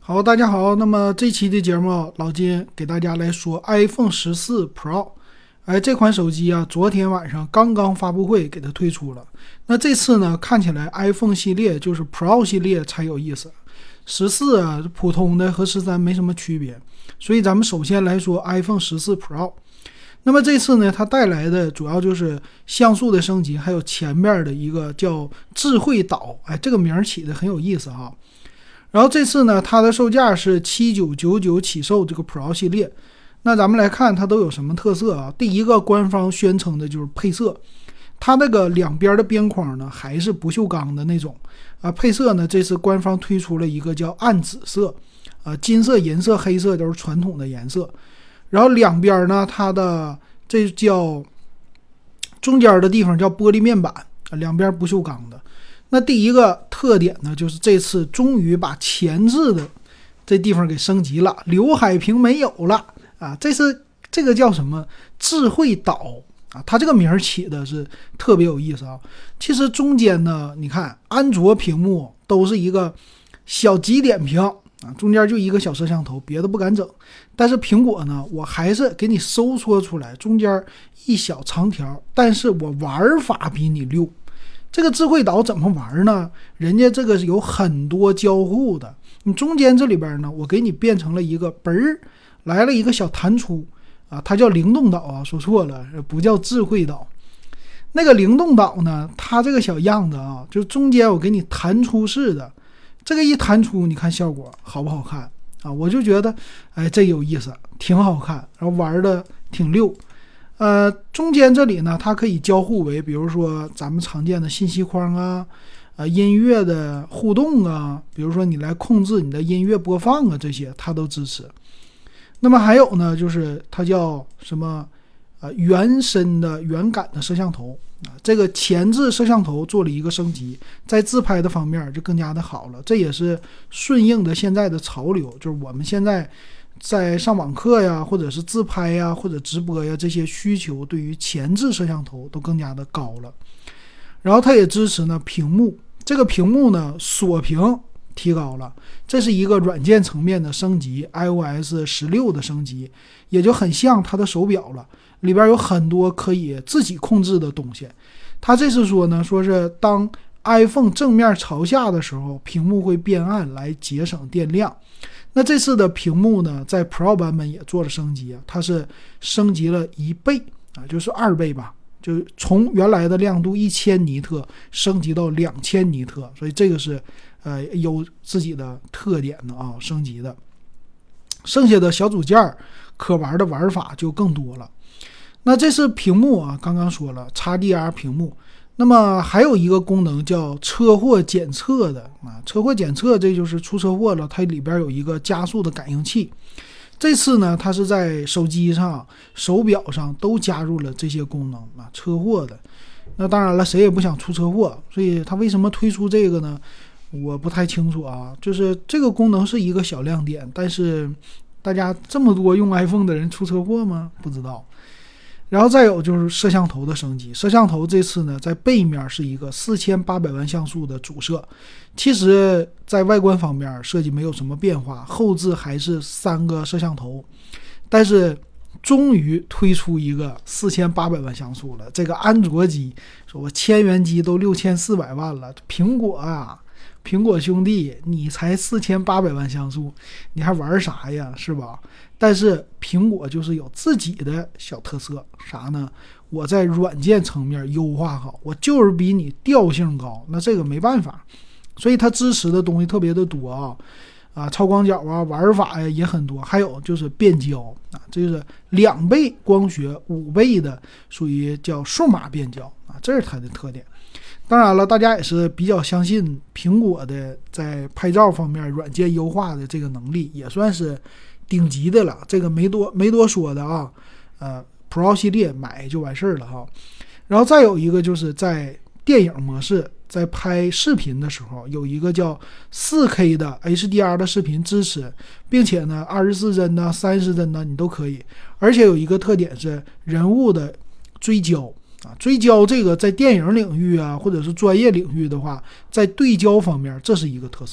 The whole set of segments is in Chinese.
好，大家好。那么这期的节目，老金给大家来说 iPhone 14 Pro。这款手机啊，昨天晚上刚刚发布会给它推出了。那这次呢，看起来 iPhone 系列就是 Pro 系列才有意思。14啊，普通的和13没什么区别。所以咱们首先来说 iPhone 14 Pro。那么这次呢，它带来的主要就是像素的升级，还有前面的一个叫智慧岛。这个名起的很有意思哈。然后这次呢，它的售价是7999起售这个 Pro 系列。那咱们来看它都有什么特色啊？第一个，官方宣称的就是配色，它那个两边的边框呢还是不锈钢的那种啊。配色呢，这次官方推出了一个叫暗紫色，金色、银色、黑色都是传统的颜色。然后两边呢，它的这叫中间的地方叫玻璃面板，两边不锈钢的。那第一个特点呢，就是这次终于把前置的这地方给升级了，刘海屏没有了啊！这个叫什么智慧岛啊？它这个名起的是特别有意思啊。其实中间呢，你看安卓屏幕都是一个小极点屏啊，中间就一个小摄像头，别的不敢整。但是苹果呢，我还是给你收缩出来，中间一小长条，但是我玩法比你溜。这个智慧岛怎么玩呢？人家这个是有很多交互的，你中间这里边呢，我给你变成了一个来了一个小弹出啊，它叫灵动岛啊，说错了，不叫智慧岛。那个灵动岛呢，它这个小样子啊，就中间我给你弹出式的，这个一弹出，你看效果好不好看啊？我就觉得，这有意思，挺好看，然后玩的挺溜。中间这里呢，它可以交互为，比如说咱们常见的信息框啊，音乐的互动啊，比如说你来控制你的音乐播放啊，这些它都支持。那么还有呢，就是它叫什么原生的原感的摄像头啊，这个前置摄像头做了一个升级，在自拍的方面就更加的好了。这也是顺应的现在的潮流，就是我们现在在上网课呀，或者是自拍呀，或者直播呀，这些需求对于前置摄像头都更加的高了。然后它也支持呢屏幕，这个屏幕呢锁屏提高了，这是一个软件层面的升级， iOS 16的升级，也就很像它的手表了，里边有很多可以自己控制的东西。它这次说呢，说是当 iPhone 正面朝下的时候，屏幕会变暗来节省电量。那这次的屏幕呢，在 Pro 版本也做了升级啊，它是升级了1倍啊，就是2倍吧，就从原来的亮度1000尼特升级到2000尼特，所以这个是有自己的特点的啊，升级的。剩下的小组件可玩的玩法就更多了。那这是屏幕啊，刚刚说了 XDR 屏幕。那么还有一个功能叫车祸检测的啊，车祸检测这就是出车祸了，它里边有一个加速的感应器。这次呢，它是在手机上、手表上都加入了这些功能啊，车祸的。那当然了，谁也不想出车祸，所以它为什么推出这个呢？我不太清楚啊。就是这个功能是一个小亮点，但是大家这么多用 iPhone 的人出车祸吗？不知道。然后再有就是摄像头的升级，摄像头这次呢，在背面是一个4800万像素的主摄，其实在外观方面设计没有什么变化，后置还是3个摄像头，但是终于推出一个4800万像素了。这个安卓机说我千元机都6400万了，苹果啊，苹果兄弟，你才4800万像素，你还玩啥呀，是吧？但是苹果就是有自己的小特色，啥呢？我在软件层面优化好，我就是比你调性高，那这个没办法，所以它支持的东西特别的多啊，超广角啊，玩法呀也很多，还有就是变焦啊，这就是2倍光学5倍的，属于叫数码变焦啊，这是它的特点。当然了，大家也是比较相信苹果的在拍照方面软件优化的这个能力，也算是顶级的了，这个没多说的啊。Pro 系列买就完事儿了哈。然后再有一个就是在电影模式，在拍视频的时候，有一个叫 4K 的 HDR 的视频支持，并且呢24帧的、30帧的你都可以。而且有一个特点是人物的追焦啊，追焦这个在电影领域啊，或者是专业领域的话，在对焦方面这是一个特色。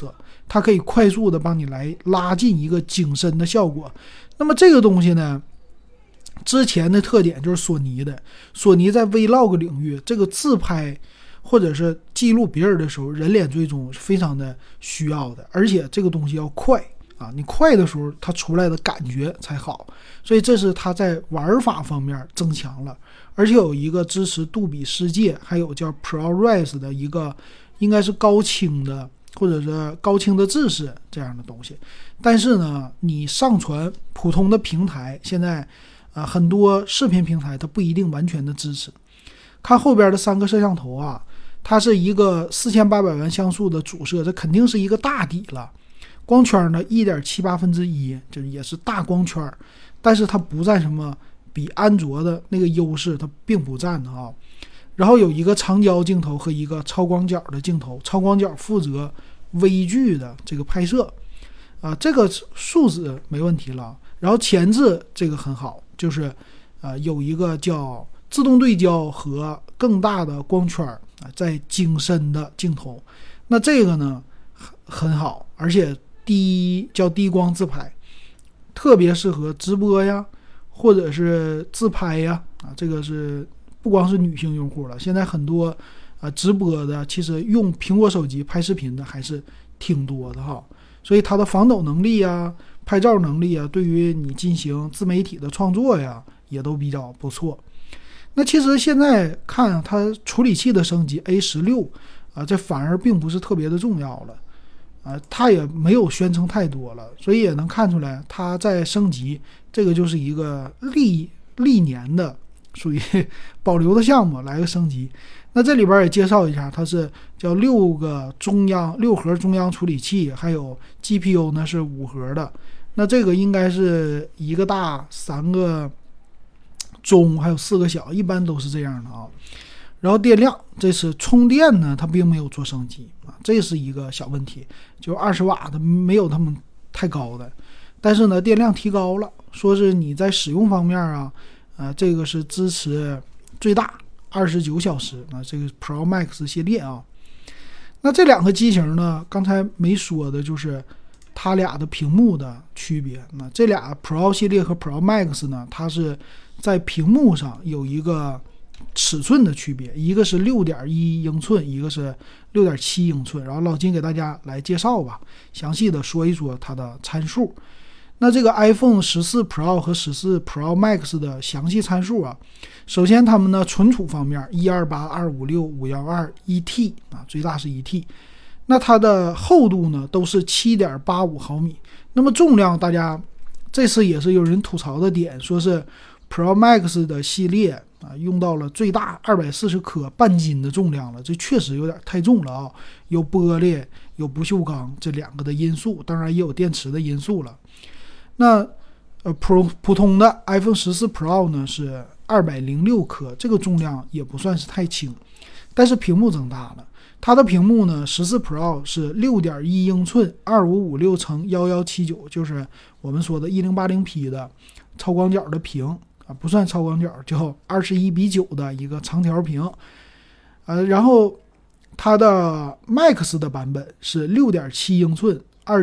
它可以快速的帮你来拉近一个景深的效果。那么这个东西呢，之前的特点就是索尼的，索尼在 Vlog 领域这个自拍或者是记录别人的时候，人脸追踪是非常的需要的，而且这个东西要快啊，你快的时候它出来的感觉才好，所以这是它在玩法方面增强了，而且有一个支持杜比世界，还有叫 ProRes 的一个应该是高清的或者是高清的制式这样的东西。但是呢，你上传普通的平台，现在很多视频平台它不一定完全的支持。看后边的3个摄像头啊，它是一个4800万像素的主摄，这肯定是一个大底了。光圈呢 1.78%，就也是大光圈，但是它不占什么比安卓的那个优势，它并不占的啊。然后有一个长焦镜头和一个超广角的镜头，超广角负责微距的这个拍摄这个素质没问题了。然后前置这个很好，就是有一个叫自动对焦和更大的光圈在景深的镜头，那这个呢很好，而且叫低光自拍，特别适合直播呀或者是自拍呀这个是不光是女性用户了，现在很多直播的其实用苹果手机拍视频的还是挺多的哈，所以它的防抖能力啊、拍照能力啊，对于你进行自媒体的创作呀也都比较不错。那其实现在看它处理器的升级 A16这反而并不是特别的重要了它也没有宣称太多了，所以也能看出来它在升级，这个就是一个历年的属于保留的项目来个升级。那这里边也介绍一下，它是叫6核中央处理器，还有 GPU 呢是5核的，那这个应该是1个大3个中还有4个小，一般都是这样的啊。然后电量，这次充电呢它并没有做升级这是一个小问题，就20瓦的没有他们太高的，但是呢电量提高了，说是你在使用方面这个是支持最大29小时这个 Pro Max 系列那这2个机型呢，刚才没说的就是它俩的屏幕的区别。那这俩 Pro 系列和 Pro Max 呢，它是在屏幕上有一个尺寸的区别，一个是 6.1 英寸，一个是 6.7 英寸。然后老金给大家来介绍吧，详细的说一说它的参数。那这个 iPhone 14 Pro 和14 Pro Max 的详细参数首先它们呢存储方面128、256、512、1T 最大是 1T。那它的厚度呢都是 7.85 毫米。那么重量，大家这次也是有人吐槽的点，说是 Pro Max 的系列用到了最大240克半斤的重量了，这确实有点太重了有玻璃有不锈钢这2个的因素，当然也有电池的因素了。那普通的 iPhone 14 Pro 呢是206克，这个重量也不算是太轻，但是屏幕增大了。它的屏幕呢14 Pro 是 6.1 英寸 2556×1179， 就是我们说的 1080p 的超广角的屏不算超广角，就21:9的一个长条屏然后它的 Max 的版本是 6.7 英寸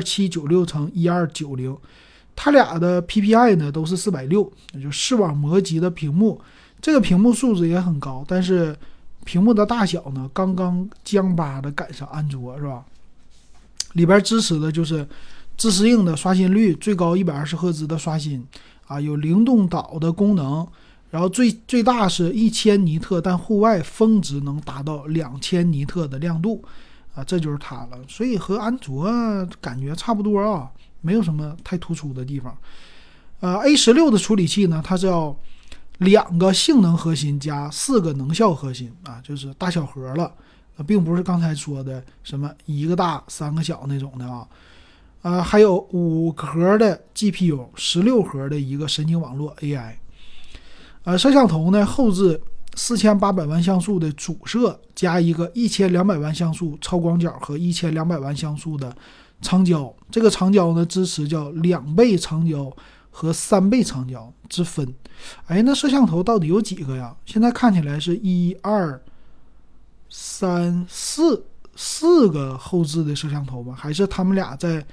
2796×1290，它俩的 PPI 呢都是460，也就视网膜级的屏幕。这个屏幕素质也很高，但是屏幕的大小呢刚刚将巴的赶上安卓是吧？里边支持的就是自适应的刷新率，最高120赫兹的刷新有灵动岛的功能，然后最大是1000尼特，但户外峰值能达到2000尼特的亮度这就是它了。所以和安卓感觉差不多没有什么太突出的地方。A16 的处理器呢，它是要2个性能核心加4个能效核心就是大小核了并不是刚才说的什么1个大3个小那种的还有5核的 GPU， 16核的一个神经网络 AI。摄像头呢后置4800万像素的主摄，加一个1200万像素超广角和1200万像素的长焦。这个长焦呢支持叫2倍长焦和3倍长焦之分。那摄像头到底有几个呀？现在看起来是1、2、3、4 4个后置的摄像头吧，还是他们俩在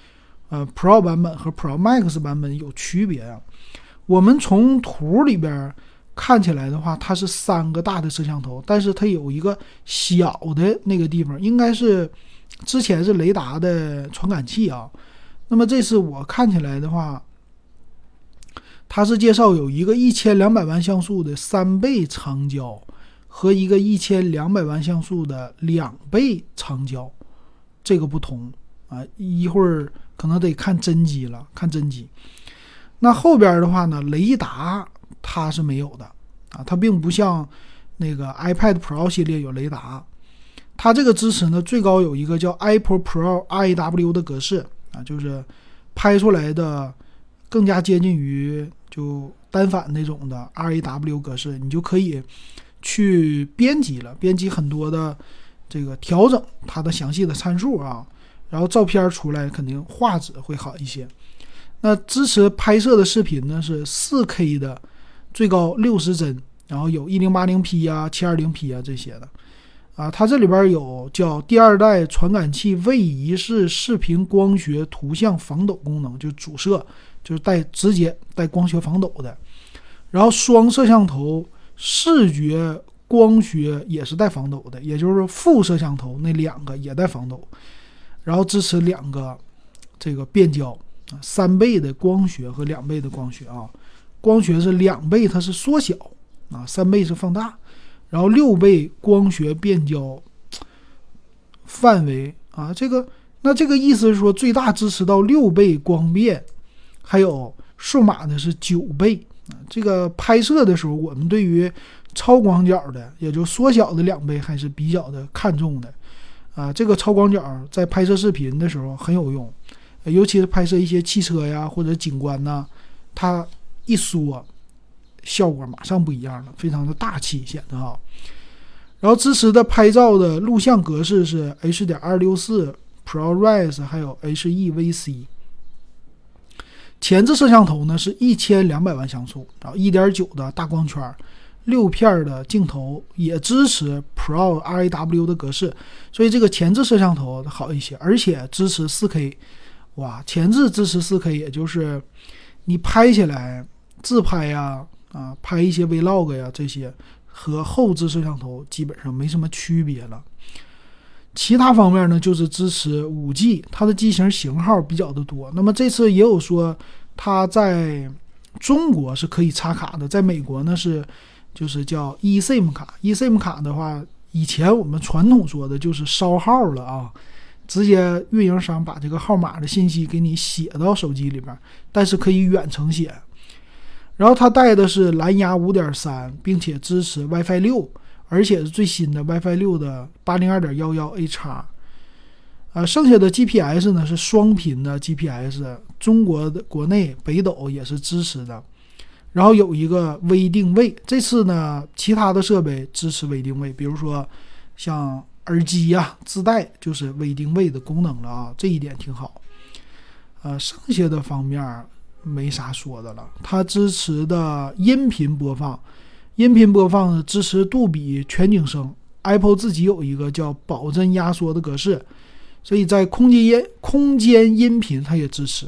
Pro 版本和 Pro Max 版本有区别啊？我们从图里边看起来的话，它是3个大的摄像头，但是它有一个小的那个地方，应该是之前是雷达的传感器啊。那么这次我看起来的话，它是介绍有一个1200万像素的3倍长焦和一个1200万像素的2倍长焦，这个不同啊，一会儿可能得看真机了，看真机。那后边的话呢，雷达它是没有的啊，它并不像那个 iPad Pro 系列有雷达。它这个支持呢，最高有一个叫 iPad Pro RAW 的格式啊，就是拍出来的更加接近于就单反那种的 RAW 格式，你就可以去编辑了，编辑很多的这个调整它的详细的参数啊，然后照片出来肯定画质会好一些。那支持拍摄的视频呢是 4K 的，最高60帧，然后有 1080P 啊 720P 啊这些的啊。它这里边有叫第2代传感器位移式视频光学图像防抖功能，就主摄就是直接带光学防抖的。然后双摄像头视觉光学也是带防抖的，也就是副摄像头那2个也带防抖。然后支持2个这个变焦，3倍的光学和2倍的光学啊，光学是2倍，它是缩小啊，3倍是放大，然后6倍光学变焦范围啊，这个意思是说最大支持到6倍光变，还有数码的是9倍啊。这个拍摄的时候，我们对于超广角的，也就缩小的2倍还是比较的看重的啊。这个超广角在拍摄视频的时候很有用。尤其是拍摄一些汽车呀或者景观呐，它一缩效果马上不一样了，非常的大气显得好。然后支持的拍照的录像格式是 H.264 ProRes 还有 HEVC。前置摄像头呢是1200万像素，然后 1.9 的大光圈，6片的镜头，也支持 Pro RAW 的格式，所以这个前置摄像头好一些，而且支持 4K。哇，前置支持 4K， 也就是你拍起来自拍呀拍一些 Vlog 呀，这些和后置摄像头基本上没什么区别了。其他方面呢，就是支持 5G， 它的机型号比较的多。那么这次也有说它在中国是可以插卡的，在美国呢就是叫 eSIM 卡。eSIM 卡的话，以前我们传统说的就是烧号了啊，直接运营商把这个号码的信息给你写到手机里边，但是可以远程写。然后它带的是蓝牙 5.3， 并且支持 Wi-Fi 6，而且是最新的 Wi-Fi 6的 802.11H。剩下的 GPS 呢是双频的 GPS， 中国的国内北斗也是支持的。然后有一个微定位，这次呢其他的设备支持微定位，比如说像耳机呀自带就是微定位的功能了啊，这一点挺好。剩下的方面没啥说的了。它支持的音频播放支持杜比全景声， Apple 自己有一个叫保真压缩的格式，所以在空间音频它也支持。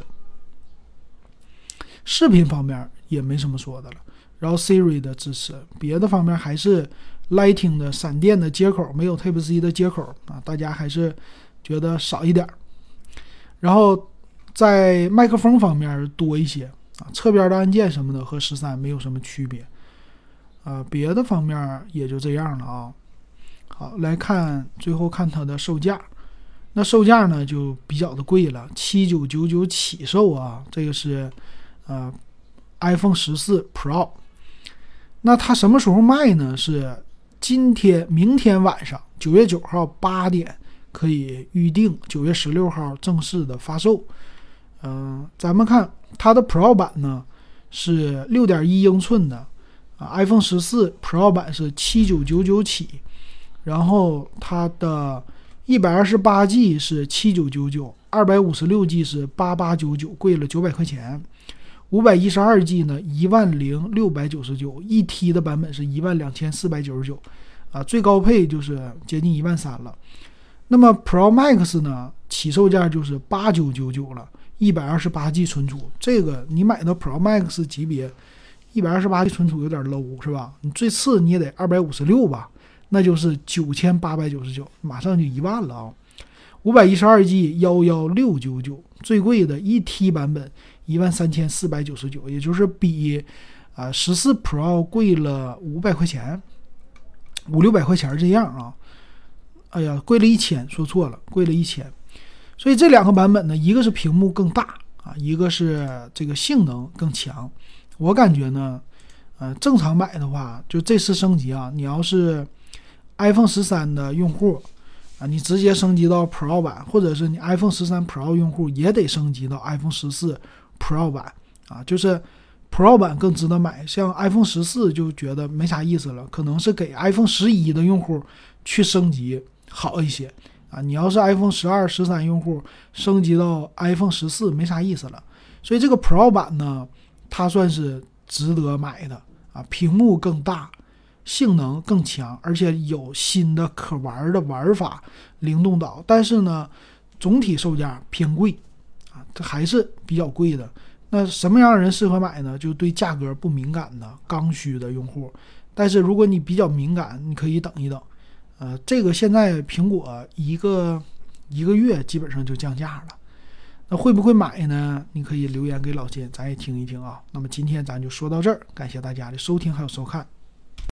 视频方面也没什么说的了，然后 Siri 的支持，别的方面还是 Lightning 的闪电的接口，没有 Type-C 的接口啊，大家还是觉得少一点。然后在麦克风方面多一些啊，侧边的按键什么的和13没有什么区别别的方面也就这样了啊。好，来看最后看它的售价。那售价呢就比较的贵了，7999起售啊，这个是iPhone 14 Pro。 那它什么时候卖呢？是明天晚上9月9号8点可以预定，9月16号正式的发售。咱们看它的 Pro 版呢是 6.1 英寸的iPhone 14 Pro 版是7999起，然后它的 128G 是7999， 256G 是8899，贵了900块钱。512G 呢10699， 1T 的版本是12499最高配就是接近13000了。 那么 Pro Max 呢，起售价就是8999了，128G 存储。这个你买到 Pro Max 级别，128G 存储有点 low 是吧？你最次你也得256吧，那就是9899，马上就1万了啊。512G 11699，最贵的1T 版本13499，也就是比14 Pro 贵了500块钱，500-600块钱这样啊。哎呀，贵了1000，说错了，贵了1000。所以这两个版本呢，一个是屏幕更大啊，一个是这个性能更强。我感觉呢，正常买的话，就这次升级啊，你要是 iPhone 13的用户啊，你直接升级到 Pro 版，或者是你 iPhone 13 Pro 用户也得升级到 iPhone 14 Pro 版啊，就是 Pro 版更值得买。像 iPhone 14就觉得没啥意思了，可能是给 iPhone 11的用户去升级好一些啊。你要是 iPhone 12、13用户升级到 iPhone 14没啥意思了。所以这个 Pro 版呢，它算是值得买的啊，屏幕更大，性能更强，而且有新的可玩的玩法，灵动岛。但是呢，总体售价偏贵啊，这还是比较贵的。那什么样的人适合买呢？就对价格不敏感的刚需的用户。但是如果你比较敏感，你可以等一等。这个现在苹果一个月基本上就降价了。那会不会买呢？你可以留言给老金，咱也听一听啊。那么今天咱就说到这儿，感谢大家的收听还有收看。